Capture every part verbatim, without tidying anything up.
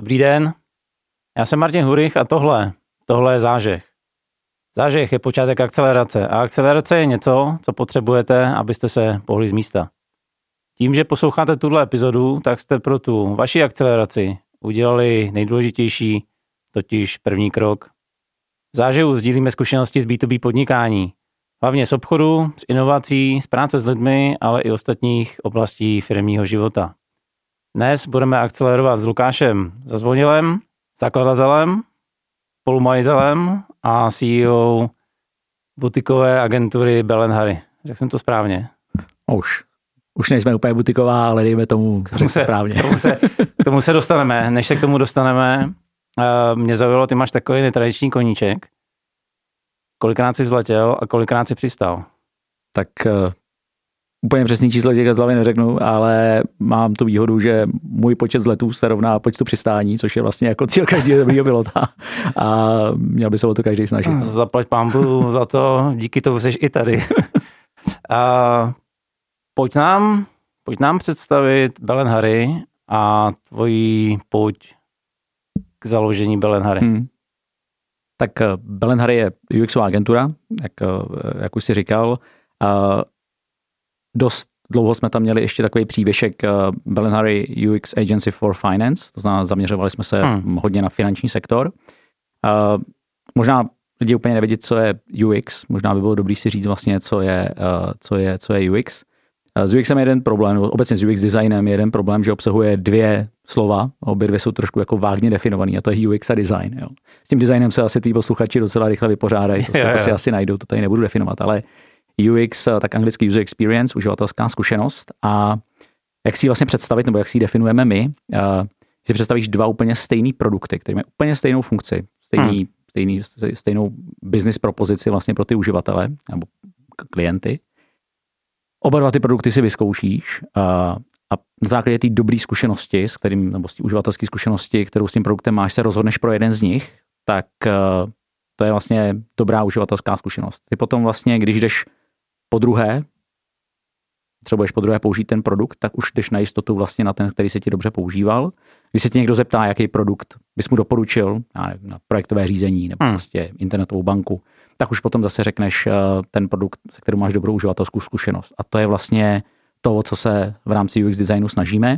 Dobrý den, já jsem Martin Hurich a tohle, tohle je zážeh. Zážeh je počátek akcelerace a akcelerace je něco, co potřebujete, abyste se pohli z místa. Tím, že posloucháte tuhle epizodu, tak jste pro tu vaši akceleraci udělali nejdůležitější, totiž první krok. V zážehu sdílíme zkušenosti z bé dvě bé podnikání, hlavně z obchodu, z inovací, z práce s lidmi, ale i ostatních oblastí firemního života. Dnes budeme akcelerovat s Lukášem Zazvonilem, zakladatelem, spolumajitelem a C E O butikové agentury Bell and Harry. Řekl jsem to správně? Už. Už nejsme úplně butiková, ale dejme tomu, tomu se, správně. K tomu, se, k tomu se dostaneme. Než se k tomu dostaneme, mě zaujalo, ty máš takový netradiční koníček. Kolikrát jsi vzletěl a kolikrát jsi přistál? Tak uh, úplně přesný číslo těch z hlavy neřeknu, ale mám tu výhodu, že můj počet vzletů se rovná počtu přistání, což je vlastně jako cíl každého dobrýho pilota a měl by se o to každý snažit. Zaplať pánbu za to, díky tomu jsi i tady. a pojď, nám, pojď nám představit Bell and Harry a tvojí pojď k založení Bell and Harry. Hmm. Tak Bell and Harry je U Xová agentura, jak, jak už jsi říkal. Dost dlouho jsme tam měli ještě takový přívěšek Bell and Harry U X Agency for Finance, to znamená zaměřovali jsme se hmm. hodně na finanční sektor. Možná lidi úplně nevědí, co je U X, možná by bylo dobrý si říct vlastně, co je, co je, co je U X. S U Xem je jeden problém, obecně s U X designem je jeden problém, že obsahuje dvě slova, obě dvě jsou trošku jako vágně definovaný a to je U X a design. Jo. S tím designem se asi ty posluchači docela rychle vypořádají, to, se, to si asi najdou, to tady nebudu definovat, ale U X, tak anglicky user experience, uživatelská zkušenost a jak si ji vlastně představit, nebo jak si ji definujeme my, uh, si představíš dva úplně stejný produkty, které mají úplně stejnou funkci, stejný, hmm. stejný, stejnou business propozici vlastně pro ty uživatele nebo klienty. Oba dva ty produkty si vyzkoušíš a, a na základě té dobré zkušenosti, s kterým, nebo z té uživatelské zkušenosti, kterou s tím produktem máš, se rozhodneš pro jeden z nich, tak uh, to je vlastně dobrá uživatelská zkušenost. Ty potom vlastně, když jdeš po druhé, potřebuješ po druhé použít ten produkt, tak už jdeš na jistotu vlastně na ten, který se ti dobře používal. Když se ti někdo zeptá, jaký produkt bys mu doporučil, já nevím, na projektové řízení nebo hmm. prostě internetovou banku, tak už potom zase řekneš uh, ten produkt, se kterým máš dobrou uživatelskou zkušenost. A to je vlastně to, co se v rámci U X designu snažíme.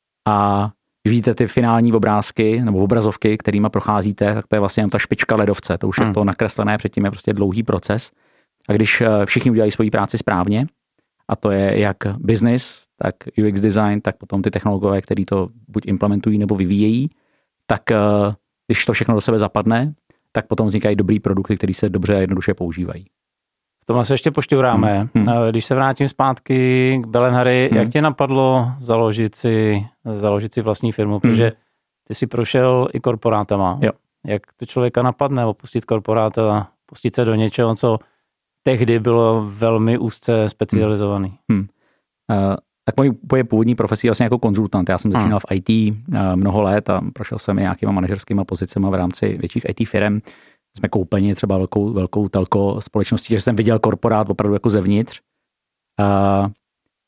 A když vidíte ty finální obrázky nebo obrazovky, kterýma procházíte, tak to je vlastně jen ta špička ledovce. To už hmm. je to nakreslené, předtím je prostě dlouhý proces. A když uh, všichni udělají svoji práci správně, a to je jak business, tak U X design, tak potom ty technologové, který to buď implementují nebo vyvíjejí, tak uh, když to všechno do sebe zapadne, tak potom vznikají dobrý produkty, které se dobře a jednoduše používají. V tomhle se ještě pošťouráme. Hmm. Když se vrátím zpátky k Bell and Harry, hmm. jak tě napadlo založit si, založit si vlastní firmu? Protože hmm. ty jsi prošel i korporátama. Jo. Jak to člověka napadne opustit korporáta, pustit se do něčeho, co tehdy bylo velmi úzce specializovaný? Hmm. Uh, tak moje, moje původní profesí je vlastně jako konzultant. Já jsem začínal hmm. v I T uh, mnoho let a prošel jsem i nějakýma manažerskýma pozicemi v rámci větších I T firm. Jsme koupeni třeba velkou, velkou telko společností, že jsem viděl korporát opravdu jako zevnitř. Uh, uh,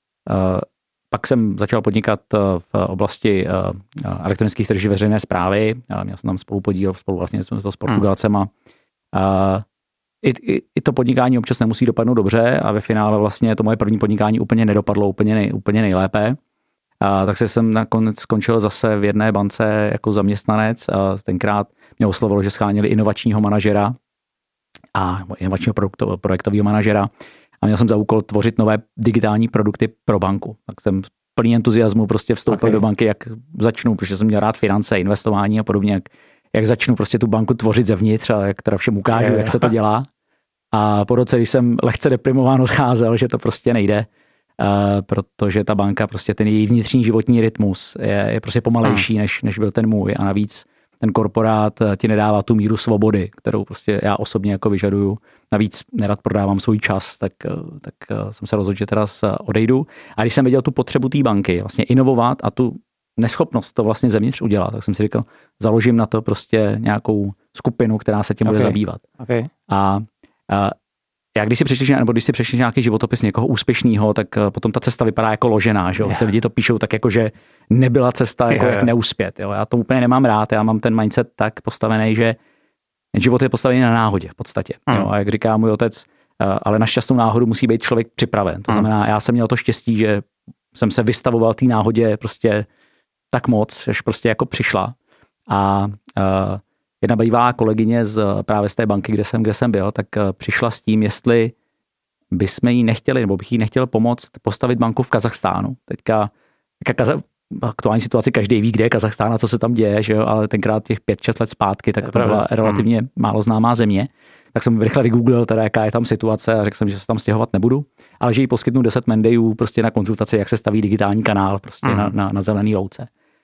pak jsem začal podnikat v oblasti uh, elektronických trží veřejné správy. Uh, měl jsem tam spolupodíl, spolu vlastně jsme to s Portugalcema. Uh, I, i, I to podnikání občas nemusí dopadnout dobře a ve finále vlastně to moje první podnikání úplně nedopadlo úplně, nej, úplně nejlépe. A tak se jsem nakonec skončil zase v jedné bance jako zaměstnanec a tenkrát mě oslovilo, že schánili inovačního manažera a inovačního produkto, projektového manažera a měl jsem za úkol tvořit nové digitální produkty pro banku. Tak jsem plný entuziasmu prostě vstoupil okay. do banky, jak začnu, protože jsem měl rád finance, investování a podobně, jak jak začnu prostě tu banku tvořit zevnitř a jak teda všem ukážu, je, jak se to dělá. A po roce, když jsem lehce deprimován odcházel, že to prostě nejde, uh, protože ta banka, prostě ten její vnitřní životní rytmus je, je prostě pomalejší, hmm. než, než byl ten můj. A navíc ten korporát ti nedává tu míru svobody, kterou prostě já osobně jako vyžaduju. Navíc nerad prodávám svůj čas, tak, tak jsem se rozhodl, že teda odejdu. A když jsem viděl tu potřebu té banky, vlastně inovovat a tu neschopnost to vlastně zevnitř udělat, tak jsem si říkal, založím na to prostě nějakou skupinu, která se tím okay. bude zabývat. Okay. A, a Já když si přečteš, nebo když si přečteš nějaký životopis někoho úspěšného, tak potom ta cesta vypadá jako ložená, že jo? Yeah. Ty lidi to píšou tak jako, že nebyla cesta, jako yeah. jak neuspět, jo? Já to úplně nemám rád, já mám ten mindset tak postavený, že život je postavený na náhodě v podstatě, mm. jo? A jak říká můj otec, ale na šťastnou náhodu musí být člověk připraven. To znamená, já jsem měl to štěstí, že jsem se vystavoval té náhodě prostě tak moc, až prostě jako přišla. A uh, jedna bývalá kolegyně z právě z té banky, kde jsem, kde jsem byl, tak uh, přišla s tím, jestli bychom jí nechtěli, nebo bych jí nechtěl pomoct postavit banku v Kazachstánu. Teďka, teďka Kaza- aktuální situaci každý ví, kde je Kazachstán a co se tam děje, že jo? Ale tenkrát těch pět, šest let zpátky, tak to, to byla relativně málo známá země. Tak jsem rychle vygooglil, teda jaká je tam situace a řekl jsem, že se tam stěhovat nebudu, ale že jí poskytnu deset mendejů prostě na konzultaci, jak se staví digitální kanál prostě mm. na, na, na zelený louce.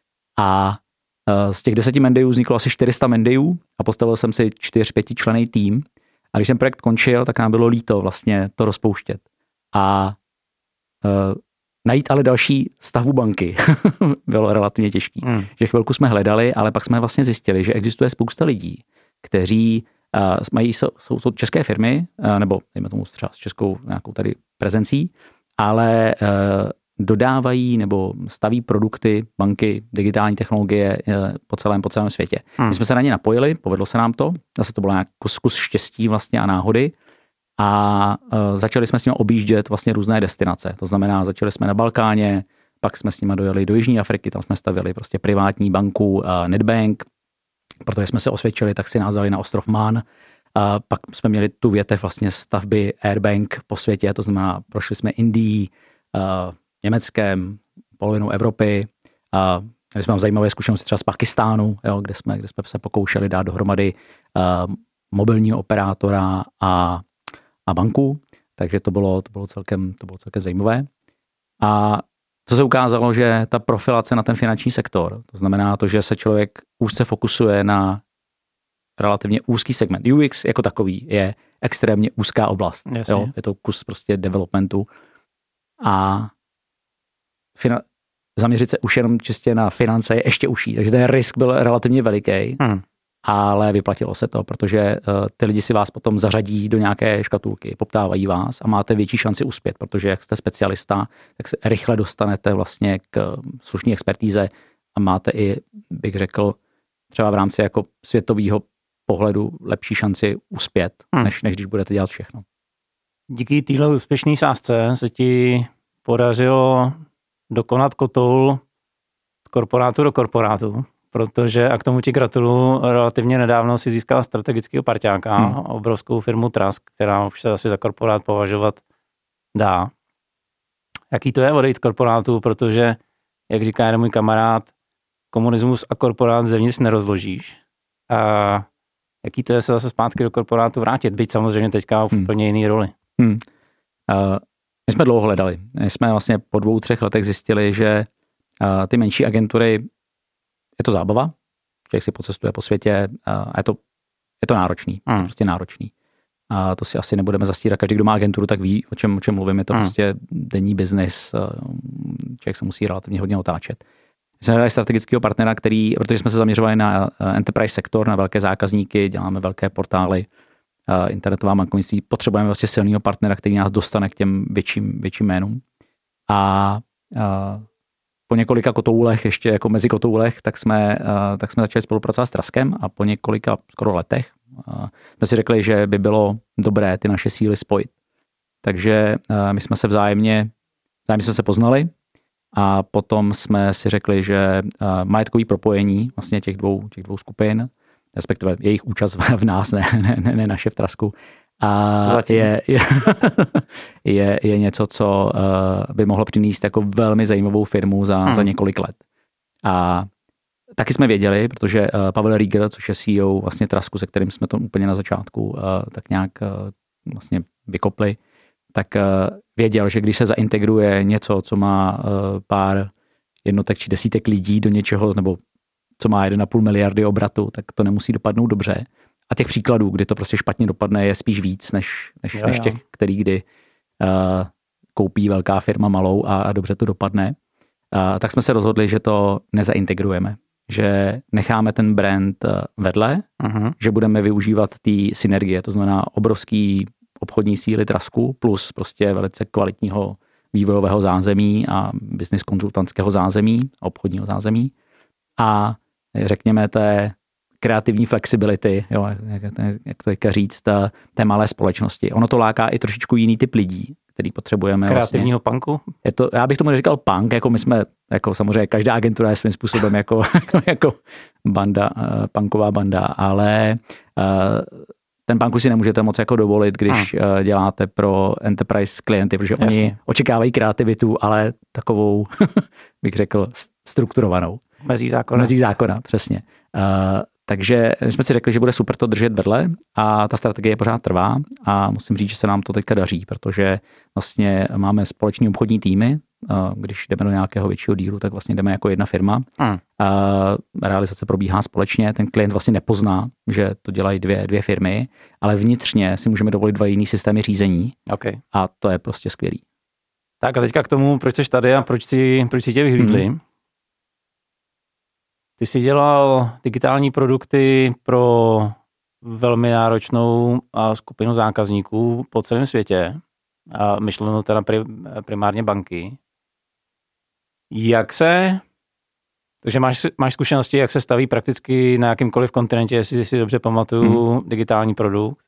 A uh, z těch deseti mendejů vzniklo asi čtyři sta mendejů a postavil jsem si čtyř, pětičlenný tým. A když ten projekt končil, tak nám bylo líto vlastně to rozpouštět. A uh, najít ale další stavbu banky bylo relativně těžký. Mm. Že chvilku jsme hledali, ale pak jsme vlastně zjistili, že existuje spousta lidí, kteří Uh, mají, jsou, jsou, jsou české firmy, uh, nebo dejme tomu třeba s českou nějakou tady prezencí, ale uh, dodávají nebo staví produkty, banky, digitální technologie uh, po celém, po celém světě. Hmm. My jsme se na ně napojili, povedlo se nám to, zase to bylo nějaký kus, kus štěstí vlastně a náhody a uh, začali jsme s nimi objíždět vlastně různé destinace. To znamená, začali jsme na Balkáně, pak jsme s nimi dojeli do Jižní Afriky, tam jsme stavili prostě privátní banku uh, Netbank. Protože jsme se osvědčili, tak si nás dali na ostrov Man. A pak jsme měli tu větev vlastně stavby Airbank po světě, to znamená, prošli jsme Indií, uh, Německem, polovinou Evropy. A měli jsme zajímavé zkušenosti třeba z Pakistánu, jo, kde, jsme, kde jsme se pokoušeli dát dohromady uh, mobilního operátora a, a banku. Takže to bylo, to bylo celkem, to bylo celkem zajímavé. A co se ukázalo, že ta profilace na ten finanční sektor, to znamená to, že se člověk úzce fokusuje na relativně úzký segment. U X jako takový je extrémně úzká oblast. Jo? Je to kus prostě developmentu. A fina- zaměřit se už jenom čistě na finance je ještě užší. Takže ten risk byl relativně veliký, hmm. ale vyplatilo se to, protože uh, ty lidi si vás potom zařadí do nějaké škatulky, poptávají vás a máte větší šanci uspět, protože jak jste specialista, tak se rychle dostanete vlastně k slušné expertíze a máte i, bych řekl, třeba v rámci jako světového pohledu lepší šanci uspět, hmm. než, než když budete dělat všechno. Díky téhle úspěšné sázce se ti podařilo dokonat kotoul z korporátu do korporátu, protože, a k tomu ti gratuluju, relativně nedávno si získal strategického parťáka, hmm. obrovskou firmu Trask, která už se asi za korporát považovat dá. Jaký to je odejít z korporátu, protože, jak říká jeden můj kamarád, komunismus a korporát zevnitř nerozložíš. A jaký to je se zase zpátky do korporátu vrátit, byť samozřejmě teďka v hmm. úplně jiný roli. Hmm. Uh, my jsme dlouho hledali. My jsme vlastně po dvou, třech letech zjistili, že uh, ty menší agentury, je to zábava, člověk si pocestuje po světě uh, a je to, je to náročný. Hmm. Je to prostě náročný. A to si asi nebudeme zastírat. Každý, kdo má agenturu, tak ví, o čem, o čem mluvím. Je to hmm. prostě denní biznis. Uh, člověk se musí relativně hodně otáčet. My jsme hledali strategického partnera, který, protože jsme se zaměřovali na enterprise sektor, na velké zákazníky, děláme velké portály, internetová bankovnictví, potřebujeme vlastně silného partnera, který nás dostane k těm větším, větším jménům. A, a po několika kotoulech, ještě jako mezi kotoulech, tak jsme, a, tak jsme začali spolupracovat s Traskem a po několika skoro letech a, jsme si řekli, že by bylo dobré ty naše síly spojit. Takže a, my jsme se vzájemně, vzájemně jsme se poznali. A potom jsme si řekli, že uh, majetkový propojení vlastně těch dvou, těch dvou skupin, respektive jejich účast v nás, ne, ne, ne, ne naše v Trasku, a je, je, je, je něco, co uh, by mohlo přinést jako velmi zajímavou firmu za, hmm. za několik let. A taky jsme věděli, protože uh, Pavel Rieger, což je C E O vlastně Trasku, se kterým jsme to úplně na začátku uh, tak nějak uh, vlastně vykopli, tak uh, věděl, že když se zaintegruje něco, co má uh, pár jednotek či desítek lidí do něčeho, nebo co má jeden a půl miliardy obratu, tak to nemusí dopadnout dobře. A těch příkladů, kdy to prostě špatně dopadne, je spíš víc, než, než, jo, než těch, jo. který kdy uh, koupí velká firma malou a, a dobře to dopadne. Uh, tak jsme se rozhodli, že to nezaintegrujeme. Že necháme ten brand vedle, uh-huh. že budeme využívat ty synergie, to znamená obrovský obchodní síly Trasku plus prostě velice kvalitního vývojového zázemí a business konzultantského zázemí, obchodního zázemí a řekněme té kreativní flexibility, jo, jak, jak to je říct, té, té malé společnosti. Ono to láká i trošičku jiný typ lidí, který potřebujeme. Kreativního vlastně. punku? Je to, já bych tomu neříkal punk, jako my jsme, jako samozřejmě každá agentura je svým způsobem jako, jako, jako banda, uh, punková banda, ale uh, ten punk už si nemůžete moc jako dovolit, když hmm. uh, děláte pro enterprise klienty, protože Jasně. oni očekávají kreativitu, ale takovou, bych řekl, strukturovanou. Mezí zákona. Mezí zákona, přesně. Uh, takže my jsme si řekli, že bude super to držet vedle a ta strategie pořád trvá a musím říct, že se nám to teďka daří, protože vlastně máme společný obchodní týmy, když jdeme do nějakého většího dílu, tak vlastně jdeme jako jedna firma. Hmm. Realizace probíhá společně, ten klient vlastně nepozná, že to dělají dvě, dvě firmy, ale vnitřně si můžeme dovolit dva jiný systémy řízení okay. a to je prostě skvělý. Tak a teďka k tomu, proč jsi tady a proč si, proč si tě vyhlídli. Hmm. Ty jsi dělal digitální produkty pro velmi náročnou skupinu zákazníků po celém světě, a myšleno teda primárně banky. Jak se, takže máš, máš zkušenosti, jak se staví prakticky na jakýmkoliv kontinentě, jestli si dobře pamatuju, hmm. digitální produkt.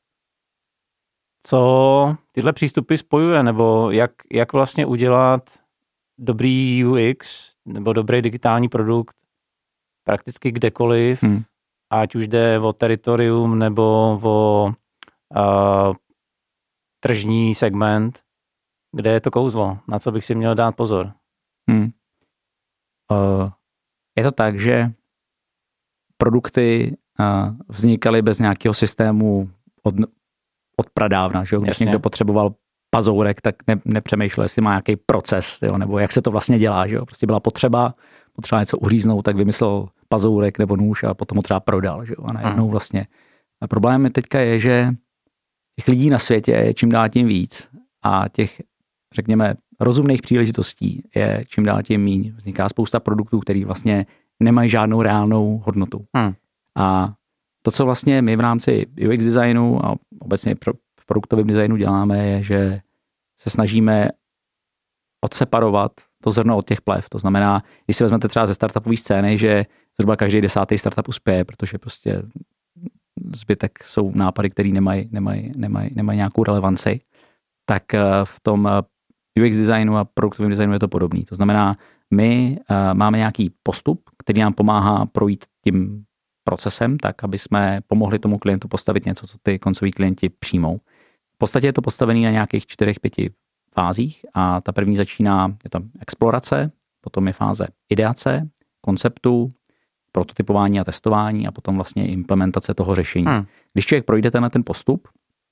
Co tyhle přístupy spojuje, nebo jak, jak vlastně udělat dobrý U X nebo dobrý digitální produkt prakticky kdekoliv, hmm. ať už jde o teritorium nebo o uh, tržní segment, kde je to kouzlo, na co bych si měl dát pozor. Hmm. Uh, je to tak, že produkty uh, vznikaly bez nějakého systému od, od pradávna, že? Když Jasně. někdo potřeboval pazourek, tak ne, nepřemýšlel, jestli má nějaký proces, jo? Nebo jak se to vlastně dělá. Že? Prostě byla potřeba, potřeba něco uříznout, tak vymyslel pazourek nebo nůž a potom ho třeba prodal. Že? A najednou hmm. vlastně. A problém teďka je, že těch lidí na světě je čím dál tím víc a těch, řekněme, rozumných příležitostí je čím dál tím míň. Vzniká spousta produktů, které vlastně nemají žádnou reálnou hodnotu. Hmm. A to, co vlastně my v rámci U X designu a obecně v produktovém designu děláme, je, že se snažíme odseparovat to zrno od těch plev. To znamená, když si vezmete třeba ze startupové scény, že zhruba každý desátý startup uspěje, protože prostě zbytek jsou nápady, které nemají, nemají, nemají, nemají nějakou relevanci, tak v tom U X designu a produktovém designu je to podobný. To znamená, my máme nějaký postup, který nám pomáhá projít tím procesem, tak aby jsme pomohli tomu klientu postavit něco, co ty koncoví klienti přijmou. V podstatě je to postavené na nějakých čtyřech, pěti fázích a ta první začíná, je tam explorace, potom je fáze ideace, konceptu, prototypování a testování a potom vlastně implementace toho řešení. Hmm. Když člověk projde na ten postup,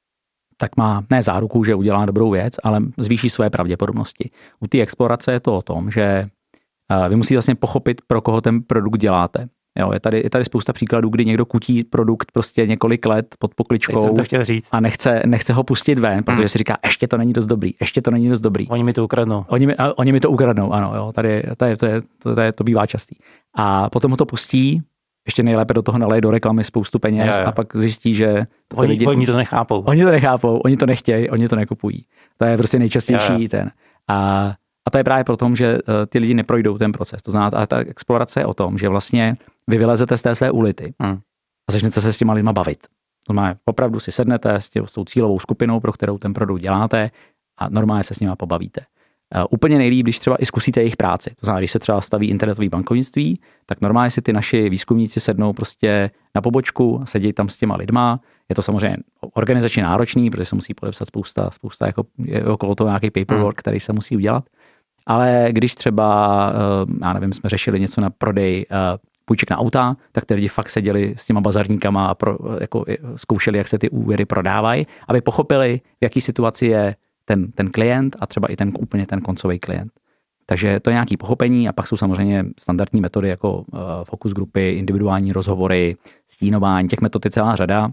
tak má ne záruku, že udělá dobrou věc, ale zvýší své pravděpodobnosti. U té explorace je to o tom, že vy musíte vlastně pochopit, pro koho ten produkt děláte. Jo, je, tady, je tady spousta příkladů, kdy někdo kutí produkt prostě několik let pod pokličkou to chtěl říct. A nechce, nechce ho pustit ven, protože hmm. si říká, ještě to není dost dobrý, ještě to není dost dobrý. Oni mi to ukradnou. Oni mi, a, oni mi to ukradnou, ano, jo, tady, tady to, je, to, to, je, to bývá častý. A potom ho to pustí, ještě nejlépe do toho naleje do reklamy spoustu peněz jo, jo. a pak zjistí, že to oni, lidi, oni to nechápou. Oni to nechápou, oni to nechtějí, oni to nekupují. To je prostě nejčastější jo, jo. ten. A A to je právě proto, že ty lidi neprojdou ten proces. To znamená, ta explorace je o tom, že vlastně vy vylezete z té své ulity hmm. a začnete se s těma lidma bavit. To znamená, opravdu si sednete s, tě, s tou cílovou skupinou, pro kterou ten produkt děláte a normálně se s nima pobavíte. Uh, úplně nejlíp, když třeba i zkusíte jejich práci. To znamená, když se třeba staví internetové bankovnictví, tak normálně si ty naši výzkumníci sednou prostě na pobočku, sedí tam s těma lidma. Je to samozřejmě organizačně náročný, protože se musí podepsat spousta, spousta jako, je okolo toho nějaký paperwork, hmm. který se musí udělat. Ale když třeba, já nevím, jsme řešili něco na prodej půjček na auta, tak ty lidi fakt seděli s těma bazarníkama a pro, jako zkoušeli, jak se ty úvěry prodávají, aby pochopili, v jaký situaci je ten, ten klient a třeba i ten úplně ten koncový klient. Takže to je nějaké pochopení a pak jsou samozřejmě standardní metody jako focus grupy, individuální rozhovory, stínování, těch metod je celá řada.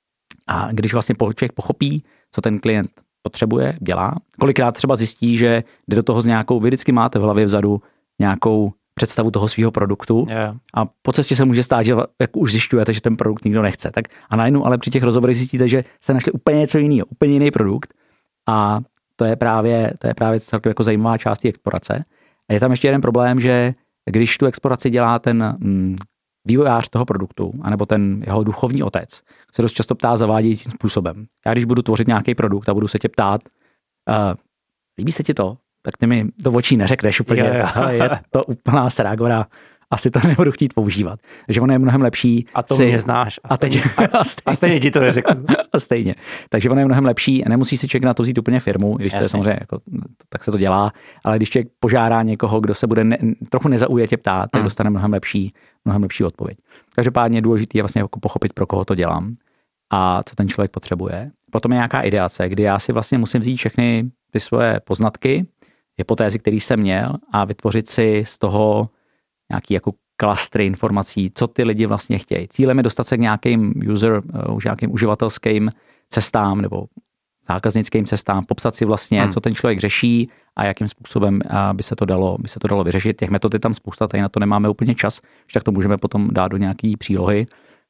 A když vlastně člověk pochopí, co ten klient potřebuje, dělá. Kolikrát třeba zjistí, že jde do toho s nějakou, vy vždycky máte v hlavě vzadu nějakou představu toho svého produktu yeah. a po cestě se může stát, že jak už zjišťujete, že ten produkt nikdo nechce. Tak a najednou ale při těch rozhovorech zjistíte, že jste našli úplně něco jiného, úplně jiný produkt a to je právě, to je právě celkem jako zajímavá část té explorace. A je tam ještě jeden problém, že když tu exploraci dělá ten mm, vývojář toho produktu, anebo ten jeho duchovní otec, se dost často ptá zavádějícím způsobem. Já když budu tvořit nějaký produkt a budu se tě ptát, uh, líbí se ti to? Tak ty mi do očí neřekneš úplně, yeah. ale je to úplná srágora, asi to nebudu chtít používat. Takže ono je mnohem lepší. A to si... mě znáš. A, a, teď... a, stejně, a stejně ti to neřeknu. A stejně. Takže ono je mnohem lepší, nemusí si člověk na to vzít úplně firmu, když Jasně. to je samozřejmě, jako, tak se to dělá, ale když člověk požádá někoho, kdo se bude ne, trochu nezaujatě ptát, tak hmm. dostane mnohem lepší, mnohem lepší odpověď. Každopádně důležité je vlastně jako pochopit, pro koho to dělám a co ten člověk potřebuje. Potom je nějaká ideace, kdy já si vlastně musím vzít všechny ty svoje poznatky, hypotézy, který jsem měl a vytvořit si z toho nějaký jako klastry informací, co ty lidi vlastně chtějí. Cílem je dostat se k nějakým user, už nějakým uživatelským cestám nebo zákaznickým cestám, popsat si vlastně, hmm. co ten člověk řeší a jakým způsobem by se to dalo, by se to dalo vyřešit. Těch metod je tam spousta, tady na to nemáme úplně čas, tak to můžeme potom dát do nějaký přílohy.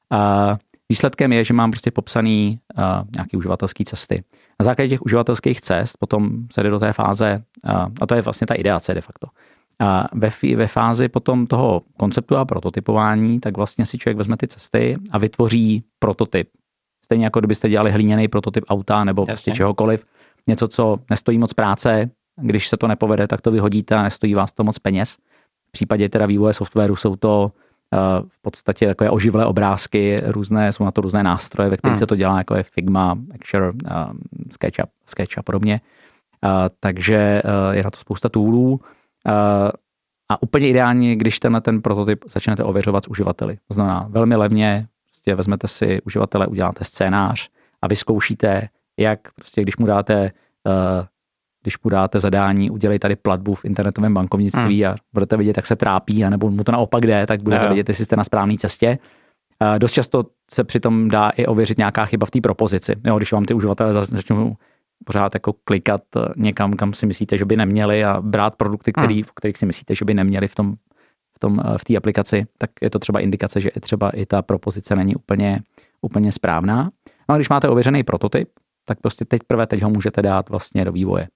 A výsledkem je, že mám prostě popsaný uh, nějaký uživatelský cesty. Na základě těch uživatelských cest potom se jde do té fáze, uh, a to je vlastně ta ideace de facto. A ve, ve fázi potom toho konceptu a prototypování, tak vlastně si člověk vezme ty cesty a vytvoří prototyp. Stejně jako kdybyste dělali hlíněný prototyp auta nebo prostě čehokoliv. Něco, co nestojí moc práce, když se to nepovede, tak to vyhodíte a nestojí vás to moc peněz. V případě teda vývoje softwaru jsou to uh, v podstatě takové oživlé obrázky, různé, jsou na to různé nástroje, ve kterých hmm. se to dělá, jako je Figma, Axure, uh, SketchUp, Sketch a podobně. Uh, takže uh, je na to spousta toolů. Uh, a úplně ideálně, když tenhle ten prototyp začnete ověřovat s uživateli. To znamená velmi levně, prostě vezmete si uživatele, uděláte scénář a vyzkoušíte, jak prostě, když mu dáte, uh, když mu dáte zadání, udělej tady platbu v internetovém bankovnictví hmm. a budete vidět, jak se trápí, anebo mu to naopak jde, tak budete no. vidět, jestli jste na správné cestě. Uh, dost často se přitom dá i ověřit nějaká chyba v té propozici. Jo, když vám ty uživatelé začnou pořád jako klikat někam, kam si myslíte, že by neměli a brát produkty, který, v kterých si myslíte, že by neměli v tom, v tom, v té aplikaci, tak je to třeba indikace, že třeba i ta propozice není úplně, úplně správná. No a když máte ověřený prototyp, tak prostě teď prvé teď ho můžete dát vlastně do vývoje.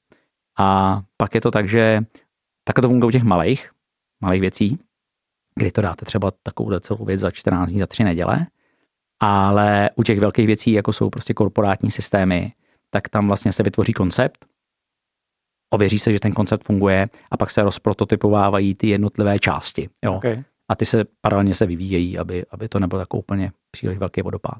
A pak je to tak, že takhle to funguje u těch malých, malých věcí, kdy to dáte třeba takovou celou věc za čtrnáct dní, za tři neděle, ale u těch velkých věcí, jako jsou prostě korporátní systémy, tak tam vlastně se vytvoří koncept, ověří se, že ten koncept funguje a pak se rozprototypovávají ty jednotlivé části. Jo. Okay. A ty se paralelně se vyvíjejí, aby, aby to nebylo jako úplně příliš velký vodopád.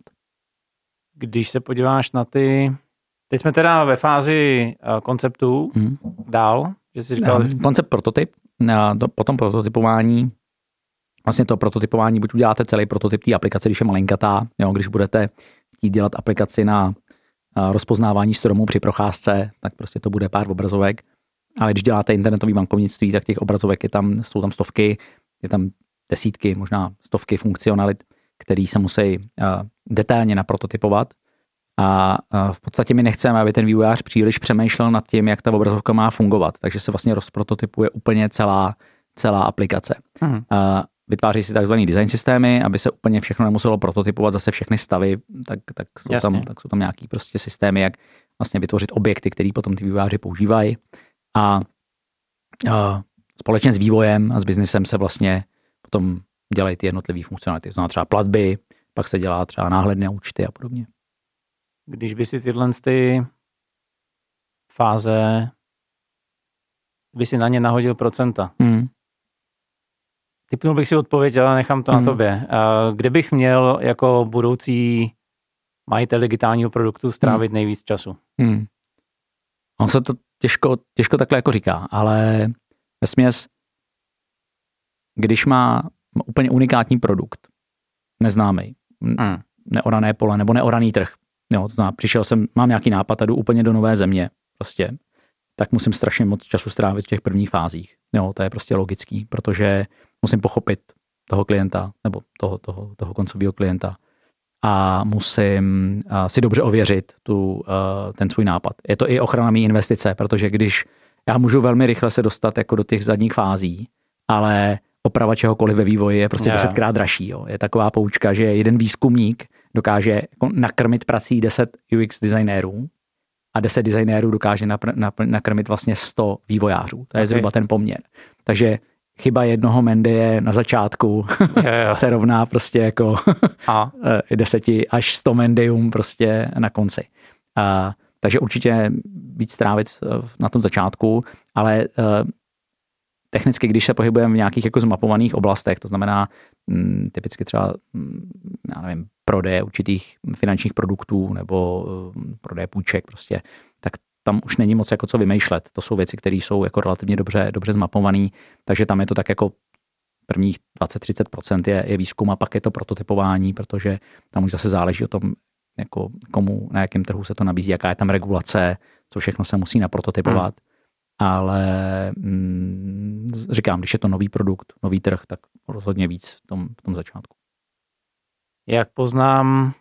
Když se podíváš na ty... Teď jsme teda ve fázi konceptu hmm. dál, že jsi říkal... Koncept prototyp, potom prototypování, vlastně to prototypování, buď uděláte celý prototyp té aplikace, když je malinkatá, jo, když budete chtít dělat aplikaci na rozpoznávání stromů při procházce, tak prostě to bude pár obrazovek. Ale když děláte internetový bankovnictví, tak těch obrazovek je tam, jsou tam stovky, je tam desítky, možná stovky funkcionalit, které se musí uh, detailně naprototypovat. A uh, v podstatě my nechceme, aby ten vývojář příliš přemýšlel nad tím, jak ta obrazovka má fungovat. Takže se vlastně rozprototypuje úplně celá, celá aplikace. Hmm. Uh, Vytváří si takzvaný design systémy, aby se úplně všechno nemuselo prototypovat, zase všechny stavy, tak, tak, jsou, tam, tak jsou tam nějaký prostě systémy, jak vlastně vytvořit objekty, které potom ty vývojáři používají. A, a společně s vývojem a s biznesem se vlastně potom dělají ty jednotlivé funkcionality. Znamená třeba platby, pak se dělá třeba náhledné účty a podobně. Když by si tyhle ty fáze, by si na ně nahodil procenta, hmm. Typnul bych si odpověď, ale nechám to hmm. na tobě. Kde bych měl jako budoucí majitel digitálního produktu strávit hmm. nejvíc času? Hmm. On se to těžko, těžko takhle jako říká, ale vesměs, když má úplně unikátní produkt, neznámý, hmm. neorané pole nebo neoraný trh, jo, to znamená, přišel jsem, mám nějaký nápad a jdu úplně do nové země, prostě, tak musím strašně moc času strávit v těch prvních fázích. Jo, to je prostě logický, protože musím pochopit toho klienta nebo toho, toho, toho koncového klienta a musím uh, si dobře ověřit tu, uh, ten svůj nápad. Je to i ochrana mý investice, protože když já můžu velmi rychle se dostat jako do těch zadních fází, ale oprava čehokoliv ve vývoji je prostě desetkrát dražší. Jo. Je taková poučka, že jeden výzkumník dokáže jako nakrmit prací deset U X designérů a deset designérů dokáže napr- napr- nakrmit vlastně sto vývojářů. To je okay. zhruba ten poměr. Takže chyba jednoho Mendeje na začátku je, je. se rovná prostě jako deseti až sto Mendejům prostě na konci. A, takže určitě víc strávit na tom začátku, ale uh, technicky, když se pohybujeme v nějakých jako zmapovaných oblastech, to znamená m, typicky třeba, m, já nevím, prodeje určitých finančních produktů nebo um, prodeje půjček prostě, tak tam už není moc jako co vymýšlet. To jsou věci, které jsou jako relativně dobře, dobře zmapované, takže tam je to tak jako prvních dvacet až třicet procent je, je výzkum a pak je to prototypování, protože tam už zase záleží o tom, jako komu, na jakém trhu se to nabízí, jaká je tam regulace, co všechno se musí naprototypovat. Hmm. Ale mm, říkám, když je to nový produkt, nový trh, tak rozhodně víc v tom, v tom začátku. Jak poznám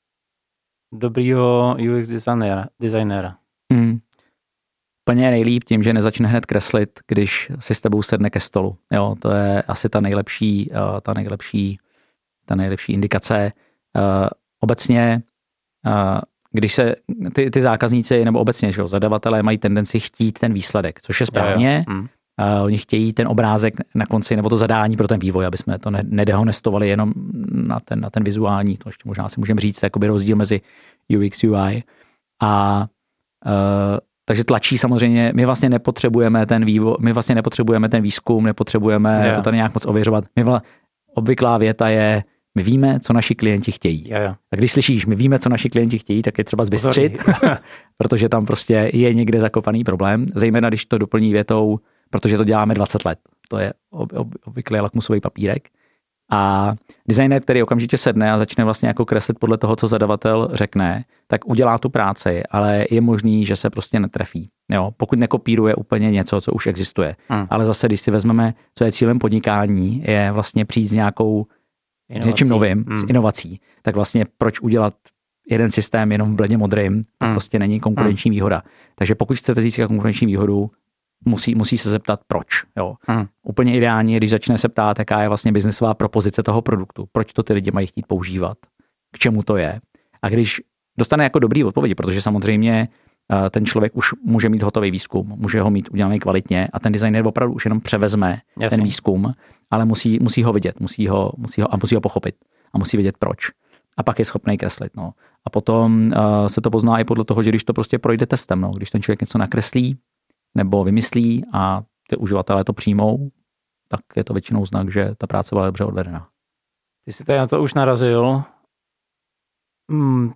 dobrýho U X designéra? designéra? Hmm. Úplně nejlíp tím, že nezačne hned kreslit, když si s tebou sedne ke stolu. Jo, to je asi ta nejlepší, uh, ta nejlepší, ta nejlepší indikace. Uh, obecně uh, když se ty, ty zákazníci nebo obecně že, zadavatelé mají tendenci chtít ten výsledek, což je správně. Jo, jo. Hmm. Uh, oni chtějí ten obrázek na konci nebo to zadání pro ten vývoj, aby jsme to ne, nedehonestovali jenom na ten, na ten vizuální. To ještě možná si můžeme říct, jakoby rozdíl mezi U X, U I. A uh, takže tlačí samozřejmě, my vlastně nepotřebujeme ten vývoj, my vlastně nepotřebujeme ten výzkum, nepotřebujeme jo. to tady nějak moc ověřovat. My vla, obvyklá věta je, my víme, co naši klienti chtějí. Jo, jo. A když slyšíš, my víme, co naši klienti chtějí, tak je třeba zbystřit, protože tam prostě je někde zakopaný problém, zejména když to doplní větou, protože to děláme dvacet let. To je ob, ob, obvyklý lakmusový papírek. A designer, který okamžitě sedne a začne vlastně jako kreslit podle toho, co zadavatel řekne, tak udělá tu práci, ale je možný, že se prostě netrefí. Jo? Pokud nekopíruje úplně něco, co už existuje. Hmm. Ale zase, když si vezmeme, co je cílem podnikání, je vlastně přijít s nějakou s něčím novým, hmm. s inovací, tak vlastně proč udělat jeden systém jenom v bledě modrým, to hmm. prostě není konkurenční hmm. výhoda. Takže pokud chcete získat konkurenční výhodu, musí, musí se zeptat proč. Jo. Hmm. Úplně ideální je, když začne se ptát, jaká je vlastně biznesová propozice toho produktu, proč to ty lidi mají chtít používat, k čemu to je. A když dostane jako dobrý odpovědi, protože samozřejmě ten člověk už může mít hotový výzkum, může ho mít udělaný kvalitně a ten designer opravdu už jenom převezme Jasně. ten výzkum, ale musí, musí ho vidět, musí ho, musí ho, a musí ho pochopit a musí vědět proč. A pak je schopný kreslit. No. A potom uh, se to pozná i podle toho, že když to prostě projde testem, no. Když ten člověk něco nakreslí nebo vymyslí a ty uživatelé to přijmou, tak je to většinou znak, že ta práce byla dobře odvedena. Ty jsi tady na to už narazil. Hmm.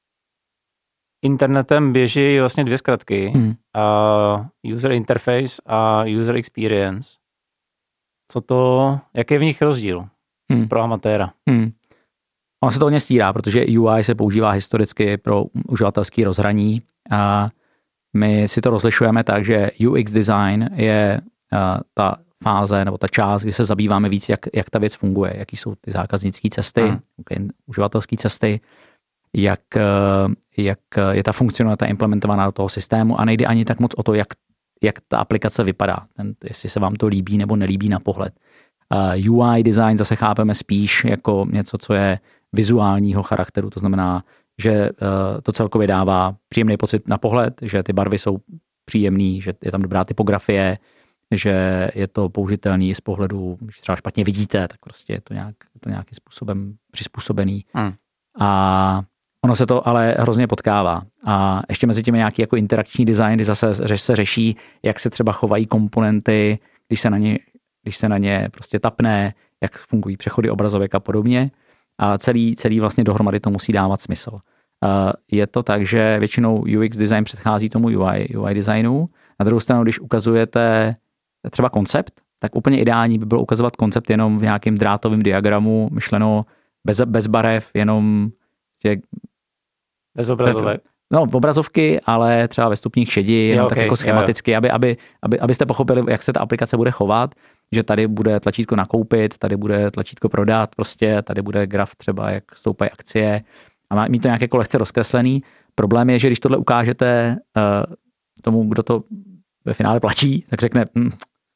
Internetem běží vlastně dvě zkratky. Hmm. Uh, user interface a user experience. Co to, jaký je v nich rozdíl hmm. pro amatéra? Hmm. On se to hodně stírá, protože U I se používá historicky pro uživatelský rozhraní a my si to rozlišujeme tak, že U X design je uh, ta fáze nebo ta část, kdy se zabýváme víc, jak, jak ta věc funguje, jaký jsou ty zákaznické cesty, hmm. uživatelské cesty, jak, jak je ta funkcionalita implementovaná do toho systému a nejde ani tak moc o to, jak, jak ta aplikace vypadá, ten, jestli se vám to líbí nebo nelíbí na pohled. Uh, U I design zase chápeme spíš jako něco, co je vizuálního charakteru, to znamená, že uh, to celkově dává příjemný pocit na pohled, že ty barvy jsou příjemný, že je tam dobrá typografie, že je to použitelný z pohledu, když třeba špatně vidíte, tak prostě je to, nějak, je to nějakým způsobem přizpůsobený. Hmm. A ono se to ale hrozně potkává. A ještě mezi těmi nějaký jako interakční design, kdy zase se řeší, jak se třeba chovají komponenty, když se na ně, když se na ně prostě tapne, jak fungují přechody obrazovek a podobně. A celý, celý vlastně dohromady to musí dávat smysl. Je to tak, že většinou U X design předchází tomu U I, U I designu. Na druhou stranu, když ukazujete třeba koncept, tak úplně ideální by bylo ukazovat koncept jenom v nějakém drátovém diagramu, myšleno bez, bez barev, jenom tě, bez obrazovek. No, obrazovky, ale třeba ve stupních šedi, jo, okay, tak jako schematicky, jo, jo. Aby, aby, aby, abyste pochopili, jak se ta aplikace bude chovat, že tady bude tlačítko nakoupit, tady bude tlačítko prodat, prostě tady bude graf třeba, jak stoupají akcie a má mít to nějak jako lehce rozkreslený. Problém je, že když tohle ukážete uh, tomu, kdo to ve finále platí, tak řekne, hm,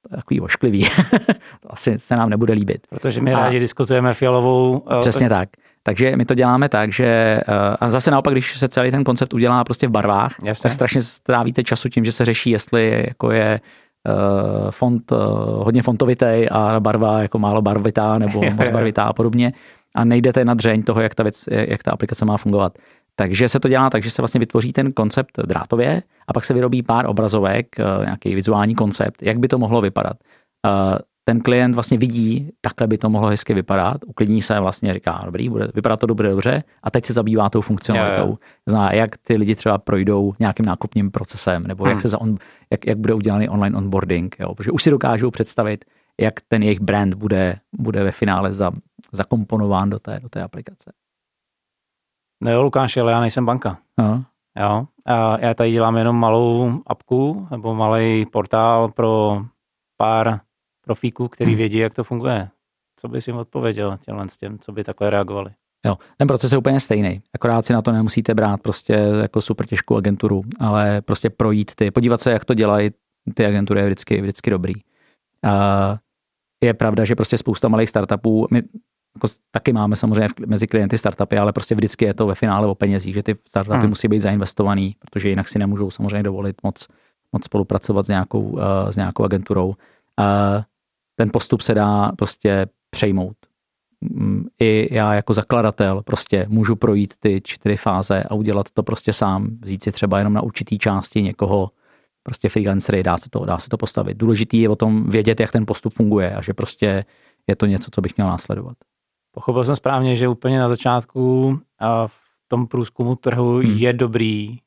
takový ošklivý. To asi se nám nebude líbit. Protože my a, rádi diskutujeme fialovou. Přesně tak. Takže my to děláme tak, že a zase naopak, když se celý ten koncept udělá prostě v barvách, Jasně. tak strašně strávíte času tím, že se řeší, jestli jako je uh, font uh, hodně fontovitý a barva jako málo barvitá nebo moc barvitá a podobně. A nejdete na dřeň toho, jak ta věc, jak ta aplikace má fungovat. Takže se to dělá tak, že se vlastně vytvoří ten koncept drátově a pak se vyrobí pár obrazovek, nějaký vizuální koncept, jak by to mohlo vypadat. Ten klient vlastně vidí, takhle by to mohlo hezky vypadat, uklidní se vlastně, říká, dobrý, bude, vypadá to dobře, dobře a teď se zabývá tou funkcionalitou. Zná, jak ty lidi třeba projdou nějakým nákupním procesem, nebo hmm. jak, se za on, jak, jak bude udělaný online onboarding, jo? Protože už si dokážou představit, jak ten jejich brand bude, bude ve finále za, zakomponován do té, do té aplikace. No jo, Lukáš, ale já nejsem banka. Aha. Jo, a já tady dělám jenom malou apku nebo malý portál pro pár profíků, který hmm. vědí, jak to funguje. Co bys jim odpověděl těmhle s těm, co by takhle reagovali? Jo, ten proces je úplně stejný. Akorát si na to nemusíte brát prostě jako super těžkou agenturu, ale prostě projít ty, podívat se, jak to dělají ty agentury je vždycky, vždycky dobrý. A je pravda, že prostě spousta malých startupů, my jako taky máme samozřejmě mezi klienty startupy, ale prostě vždycky je to ve finále o penězích, že ty startupy hmm. musí být zainvestovaný, protože jinak si nemůžou samozřejmě dovolit moc, moc spolupracovat s nějakou, uh, s nějakou agenturou. Uh, ten postup se dá prostě přejmout. Um, I já jako zakladatel prostě můžu projít ty čtyři fáze a udělat to prostě sám, vzít si třeba jenom na určitý části někoho, prostě freelancery, dá se to, dá se to postavit. Důležitý je o tom vědět, jak ten postup funguje a že prostě je to něco, co bych měl následovat. Pochopil jsem správně, že úplně na začátku a v tom průzkumu trhu hmm. je dobrý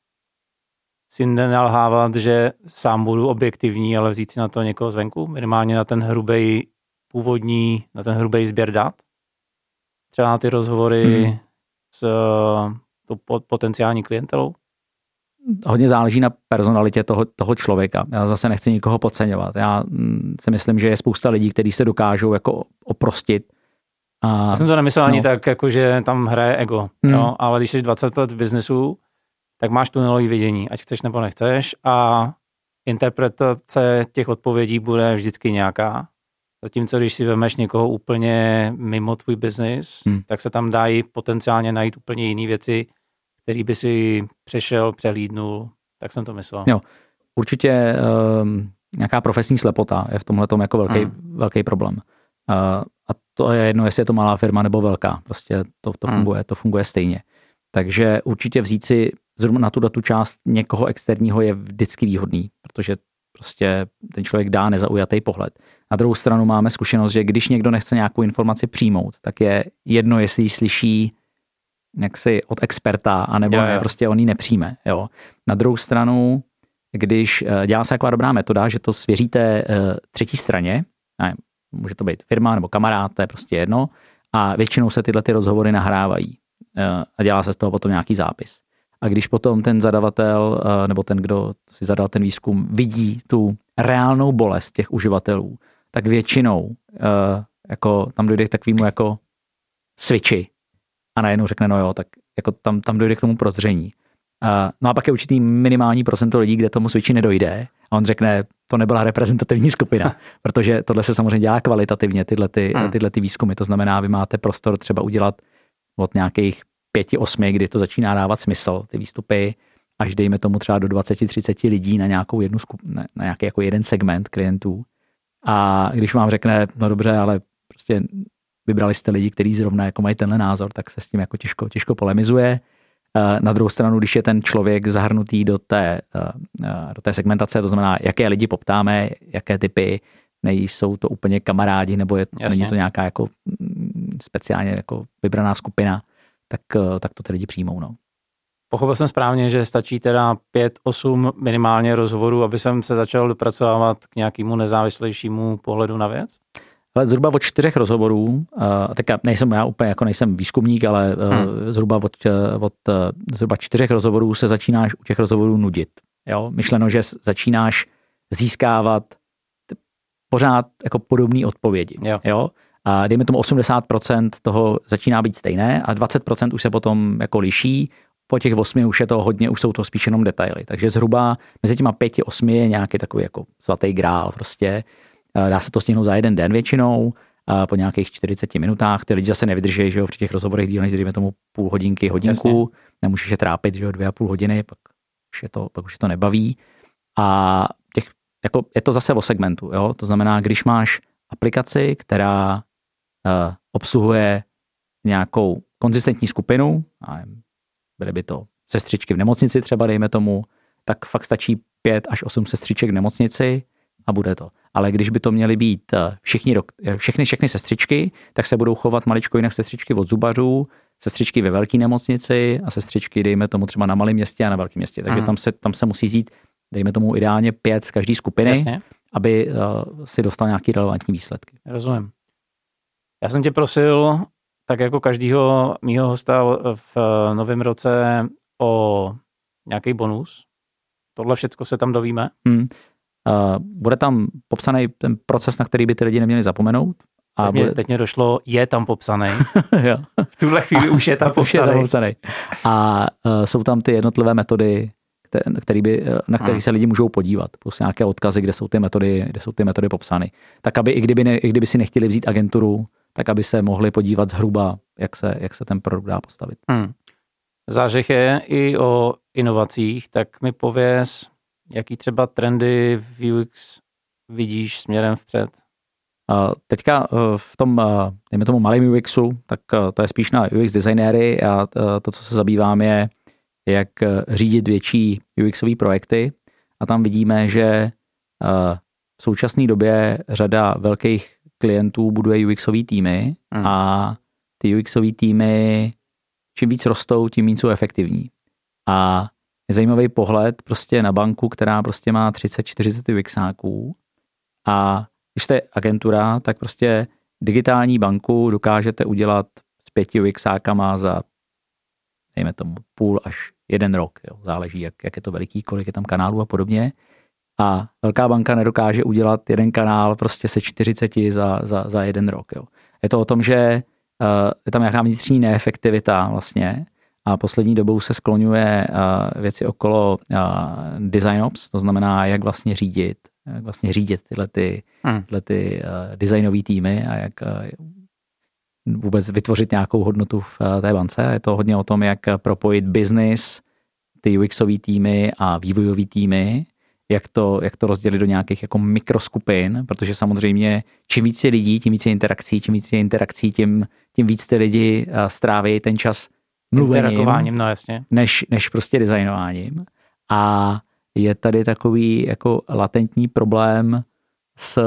si nenalhávat, že sám budu objektivní, ale vzít si na to někoho zvenku, minimálně na ten hrubej původní, na ten hrubej sběr dat. Třeba na ty rozhovory hmm. s tou potenciální klientelou. Hodně záleží na personalitě toho, toho člověka. Já zase nechci nikoho podceňovat. Já si myslím, že je spousta lidí, kteří se dokážou jako oprostit. A, Já jsem to nemyslel no. ani tak, jako že tam hraje ego, hmm. jo? Ale když jsi dvacet let v biznesu, tak máš tunelový vidění, ať chceš nebo nechceš a interpretace těch odpovědí bude vždycky nějaká. Zatímco když si vemeš někoho úplně mimo tvůj biznis, hmm. tak se tam dají potenciálně najít úplně jiné věci, který by si přešel, přehlídnul, tak jsem to myslel. Jo, určitě um, nějaká profesní slepota je v tomhletom jako velký, hmm. velký problém. Uh, a to je jedno, jestli je to malá firma nebo velká. Prostě to, to, hmm. funguje, to funguje stejně. Takže určitě vzít si zrovna na tu datu část někoho externího je vždycky výhodný, protože prostě ten člověk dá nezaujatý pohled. Na druhou stranu máme zkušenost, že když někdo nechce nějakou informaci přijmout, tak je jedno, jestli ji slyší jaksi od experta, anebo jo, jo. ne, prostě on ji nepřijme. Jo. Na druhou stranu, když dělá se taková dobrá metoda, že to svěříte třetí straně, ne, může to být firma nebo kamarád, to je prostě jedno, a většinou se tyhle ty rozhovory nahrávají a dělá se z toho potom nějaký zápis. A když potom ten zadavatel nebo ten, kdo si zadal ten výzkum, vidí tu reálnou bolest těch uživatelů, tak většinou jako tam dojde k takovému jako switchi a najednou řekne, no jo, tak jako tam, tam dojde k tomu prozření. No a pak je určitý minimální procento lidí, kde tomu switchi nedojde a on řekne, to nebyla reprezentativní skupina, protože tohle se samozřejmě dělá kvalitativně, tyhle, ty, hmm. tyhle ty výzkumy, to znamená, vy máte prostor třeba udělat od nějakých pěti, osmi, kdy to začíná dávat smysl, ty výstupy, až dejme tomu třeba do dvacet třicet lidí na nějakou jednu skup, na, na nějaký jako jeden segment klientů. A když vám řekne, no dobře, ale prostě vybrali jste lidi, kteří zrovna jako mají tenhle názor, tak se s tím jako těžko, těžko polemizuje. Na druhou stranu, když je ten člověk zahrnutý do té, do té segmentace, to znamená, jaké lidi poptáme, jaké typy, nejsou to úplně kamarádi, nebo je, není to nějaká jako speciálně jako vybraná skupina, tak, tak to ty lidi přijmou. No. Pochopil jsem správně, že stačí teda pět, osm minimálně rozhovorů, aby jsem se začal dopracovat k nějakému nezávislejšímu pohledu na věc? Ale zhruba od čtyřech rozhovorů, uh, teďka nejsem já úplně jako nejsem výzkumník, ale uh, hmm. zhruba od, od uh, zhruba čtyřech rozhovorů se začínáš u těch rozhovorů nudit. Jo? Myšleno, že začínáš získávat pořád jako podobné odpovědi. Jo. Jo? A dejme tomu osmdesát procent toho začíná být stejné a dvacet procent už se potom jako liší. Po těch osmi už je to hodně, už jsou to spíš jenom detaily. Takže zhruba mezi těma pěti, osmi je nějaký takový jako svatý grál prostě. Dá se to stihnout za jeden den většinou, po nějakých čtyřiceti minutách. Ty lidi zase nevydrží, že jo, při těch rozhovorech díl než dejme tomu půl hodinky, hodinku. Jasně. Nemůžeš je trápit, že jo, dvě a půl hodiny, pak už je to, pak už je to nebaví. A těch, jako, je to zase o segmentu, jo. To znamená, když máš aplikaci, která uh, obsluhuje nějakou konzistentní skupinu, a byly by to sestřičky v nemocnici třeba, dejme tomu, tak fakt stačí pět až osm sestřiček v nemocnici a bude to. Ale když by to měly být všichni, všechny, všechny sestřičky, tak se budou chovat maličko jinak sestřičky od zubařů, sestřičky ve velké nemocnici a sestřičky, dejme tomu třeba na malém městě a na velkém městě. Takže tam se, tam se musí zít, dejme tomu ideálně pět z každé skupiny, jasně, aby uh, si dostal nějaký relevantní výsledky. Rozumím. Já jsem tě prosil, tak jako každýho mýho hosta v novém roce, o nějaký bonus. Tohle všechno se tam dovíme. Hmm. Uh, bude tam popsaný ten proces, na který by ty lidi neměli zapomenout. A teď, mě, bude... teď mě došlo, je tam popsaný. V tuhle chvíli už je tam popsaný. Je popsaný. A uh, jsou tam ty jednotlivé metody, který by, na které hmm. se lidi můžou podívat. Plus nějaké odkazy, kde jsou ty metody, kde jsou ty metody popsány. Tak aby i kdyby, ne, i kdyby si nechtěli vzít agenturu, tak aby se mohli podívat zhruba, jak se, jak se ten produkt dá postavit. Hmm. Zážeh je i o inovacích, tak mi pověz, jaký třeba trendy v U X vidíš směrem vpřed? Uh, teďka uh, v tom, uh, dejme tomu malém U Xu, tak uh, to je spíš na U X designéry a uh, to, co se zabývám, je, jak uh, řídit větší U Xové projekty. A tam vidíme, že uh, v současné době řada velkých klientů buduje U Xové týmy hmm. a ty U Xové týmy čím víc rostou, tím víc jsou efektivní. A je zajímavý pohled prostě na banku, která prostě má třicet čtyřicet UXáků a když jste agentura, tak prostě digitální banku dokážete udělat s pěti UXákama za, dejme tomu, půl až jeden rok. Jo. Záleží, jak, jak je to veliký, kolik je tam kanálů a podobně. A velká banka nedokáže udělat jeden kanál prostě se čtyřiceti za, za, za jeden rok. Jo. Je to o tom, že uh, je tam nějaká vnitřní neefektivita vlastně a poslední dobou se skloňuje uh, věci okolo uh, design ops, to znamená, jak vlastně řídit, jak vlastně řídit tyhle, ty, hmm. tyhle ty, uh, designové týmy a jak uh, vůbec vytvořit nějakou hodnotu v uh, té bance. Je to hodně o tom, jak propojit business, ty U Xové týmy a vývojové týmy, jak to, jak to rozdělit do nějakých jako mikroskupin, protože samozřejmě čím více lidí, tím více interakcí, čím více interakcí, tím, tím víc ty lidi uh, stráví ten čas mluvením, no jasně. Než, než prostě designováním. A je tady takový jako latentní problém s,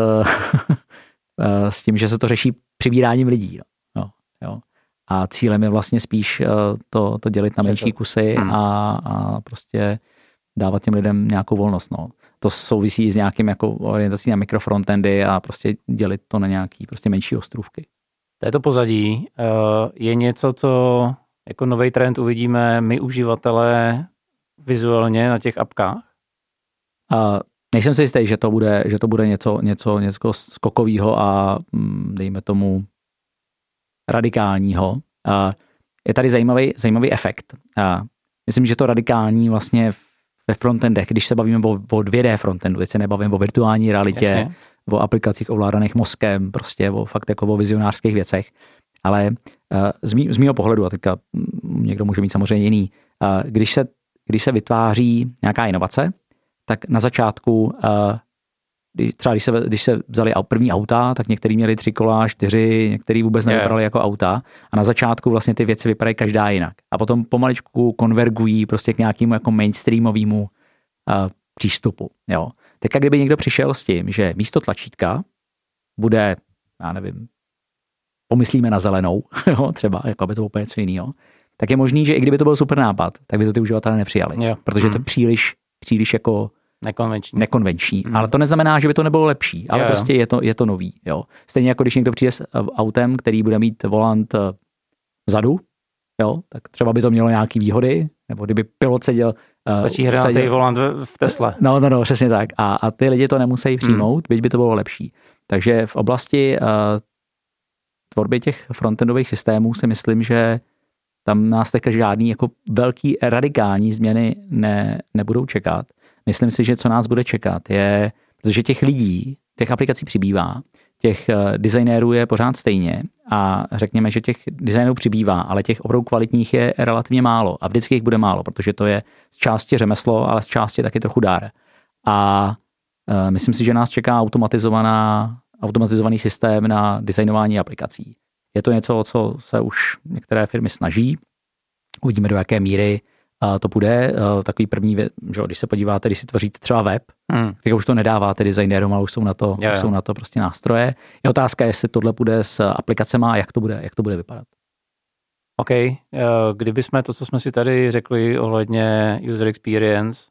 s tím, že se to řeší přibíráním lidí. No, jo. A cílem je vlastně spíš to, to dělit na menší kusy hmm. a, a prostě dávat těm lidem nějakou volnost. No. To souvisí s nějakým jako orientací na mikrofrontendy a prostě dělit to na nějaký prostě menší ostrůvky. Této pozadí je něco, co jako nový trend uvidíme my uživatelé vizuálně na těch apkách? Uh, nejsem si jistý, že to bude, že to bude něco, něco, něco skokového a dejme tomu radikálního. Uh, je tady zajímavý, zajímavý efekt. Uh, myslím, že to radikální vlastně ve frontendech, když se bavíme o, o dvě dé frontendu, teď se nebavím o virtuální realitě, Jasně. o aplikacích ovládaných mozkem, prostě o fakt jako o vizionářských věcech. Ale uh, z, mý, z mýho pohledu, a teďka někdo může mít samozřejmě jiný, uh, když, se, když se vytváří nějaká inovace, tak na začátku, uh, když, třeba když se, když se vzali první auta, tak některý měli tři kola, čtyři, některý vůbec nevypadali jako auta. A na začátku vlastně ty věci vypadají každá jinak. A potom pomaličku konvergují prostě k nějakému jako mainstreamovému uh, přístupu. Jo. Teďka kdyby někdo přišel s tím, že místo tlačítka bude, já nevím, pomyslíme na zelenou, jo, třeba, jako by to bylo úplně něco jiného, tak je možný, že i kdyby to byl super nápad, tak by to ty uživatelé nepřijali. Jo. Protože mm. to je příliš, příliš jako nekonvenční. nekonvenční. Mm. Ale to neznamená, že by to nebylo lepší, ale jo, prostě jo. Je, to, je to nový. Jo. Stejně jako když někdo přijde s autem, který bude mít volant vzadu, jo, tak třeba by to mělo nějaký výhody, nebo kdyby pilot seděl... Stačí hranatý volant v Tesle. No, no, no, přesně tak. A, a ty lidi to nemusí přijmout, mm. byť by to bylo lepší. Takže v oblasti uh, tvorby těch frontendových systémů si myslím, že tam nás teďka žádný jako velký radikální změny ne, nebudou čekat. Myslím si, že co nás bude čekat je, protože těch lidí, těch aplikací přibývá, těch designérů je pořád stejně a řekněme, že těch designérů přibývá, ale těch opravdu kvalitních je relativně málo a vždycky jich bude málo, protože to je z části řemeslo, ale z části taky trochu dár. A uh, myslím si, že nás čeká automatizovaná, automatizovaný systém na designování aplikací. Je to něco, co se už některé firmy snaží. Uvidíme, do jaké míry uh, to bude. Uh, takový první, že, když se podíváte, když si tvoříte třeba web, hmm. tak už to nedáváte designérům, ale už jsou na to, už jsou na to prostě nástroje. Je otázka, jestli tohle bude s aplikacemi a jak to bude, jak to bude vypadat. OK. Kdybychom to, co jsme si tady řekli ohledně user experience,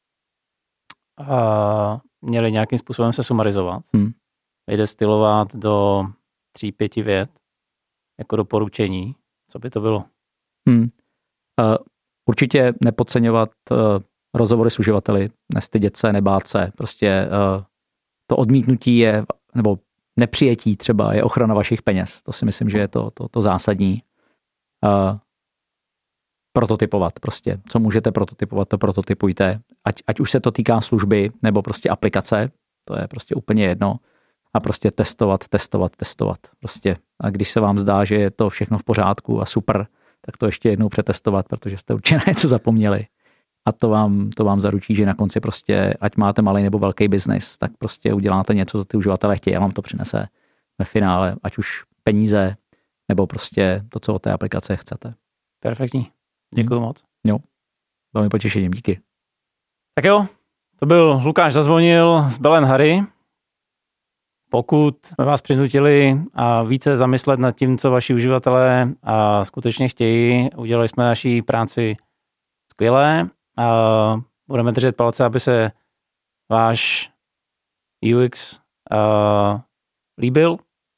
a měli nějakým způsobem se sumarizovat, hmm. vydestilovat do tří, pěti vět jako doporučení, co by to bylo? Hmm. Uh, určitě nepodceňovat uh, rozhovory s uživateli, nestydět se, nebát se. Prostě uh, to odmítnutí je, nebo nepřijetí třeba je ochrana vašich peněz. To si myslím, že je to, to, to zásadní. Uh, prototypovat prostě. Co můžete prototypovat, to prototypujte. Ať, ať už se to týká služby nebo prostě aplikace, to je prostě úplně jedno. A prostě testovat, testovat, testovat. Prostě. A když se vám zdá, že je to všechno v pořádku a super, tak to ještě jednou přetestovat, protože jste určitě na něco zapomněli. A to vám, to vám zaručí, že na konci prostě, ať máte malý nebo velký biznis, tak prostě uděláte něco, co ty uživatelé chtějí a vám to přinese ve finále, ať už peníze, nebo prostě to, co od té aplikace chcete. Perfektní. Děkuju hmm. moc. Jo, velmi potěšením, díky. Tak jo, to byl Lukáš Zazvonil z Bell and Harry. Pokud jsme vás přinutili a více zamyslet nad tím, co vaši uživatelé a skutečně chtějí, udělali jsme naší práci skvěle a budeme držet palce, aby se váš U X uh, líbil.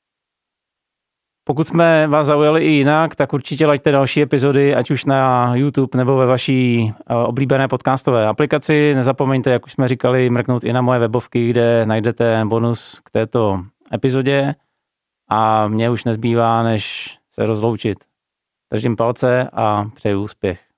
Pokud jsme vás zaujali i jinak, tak určitě laďte další epizody, ať už na YouTube nebo ve vaší oblíbené podcastové aplikaci. Nezapomeňte, jak už jsme říkali, mrknout i na moje webovky, kde najdete bonus k této epizodě. A mně už nezbývá, než se rozloučit. Držím palce a přeju úspěch.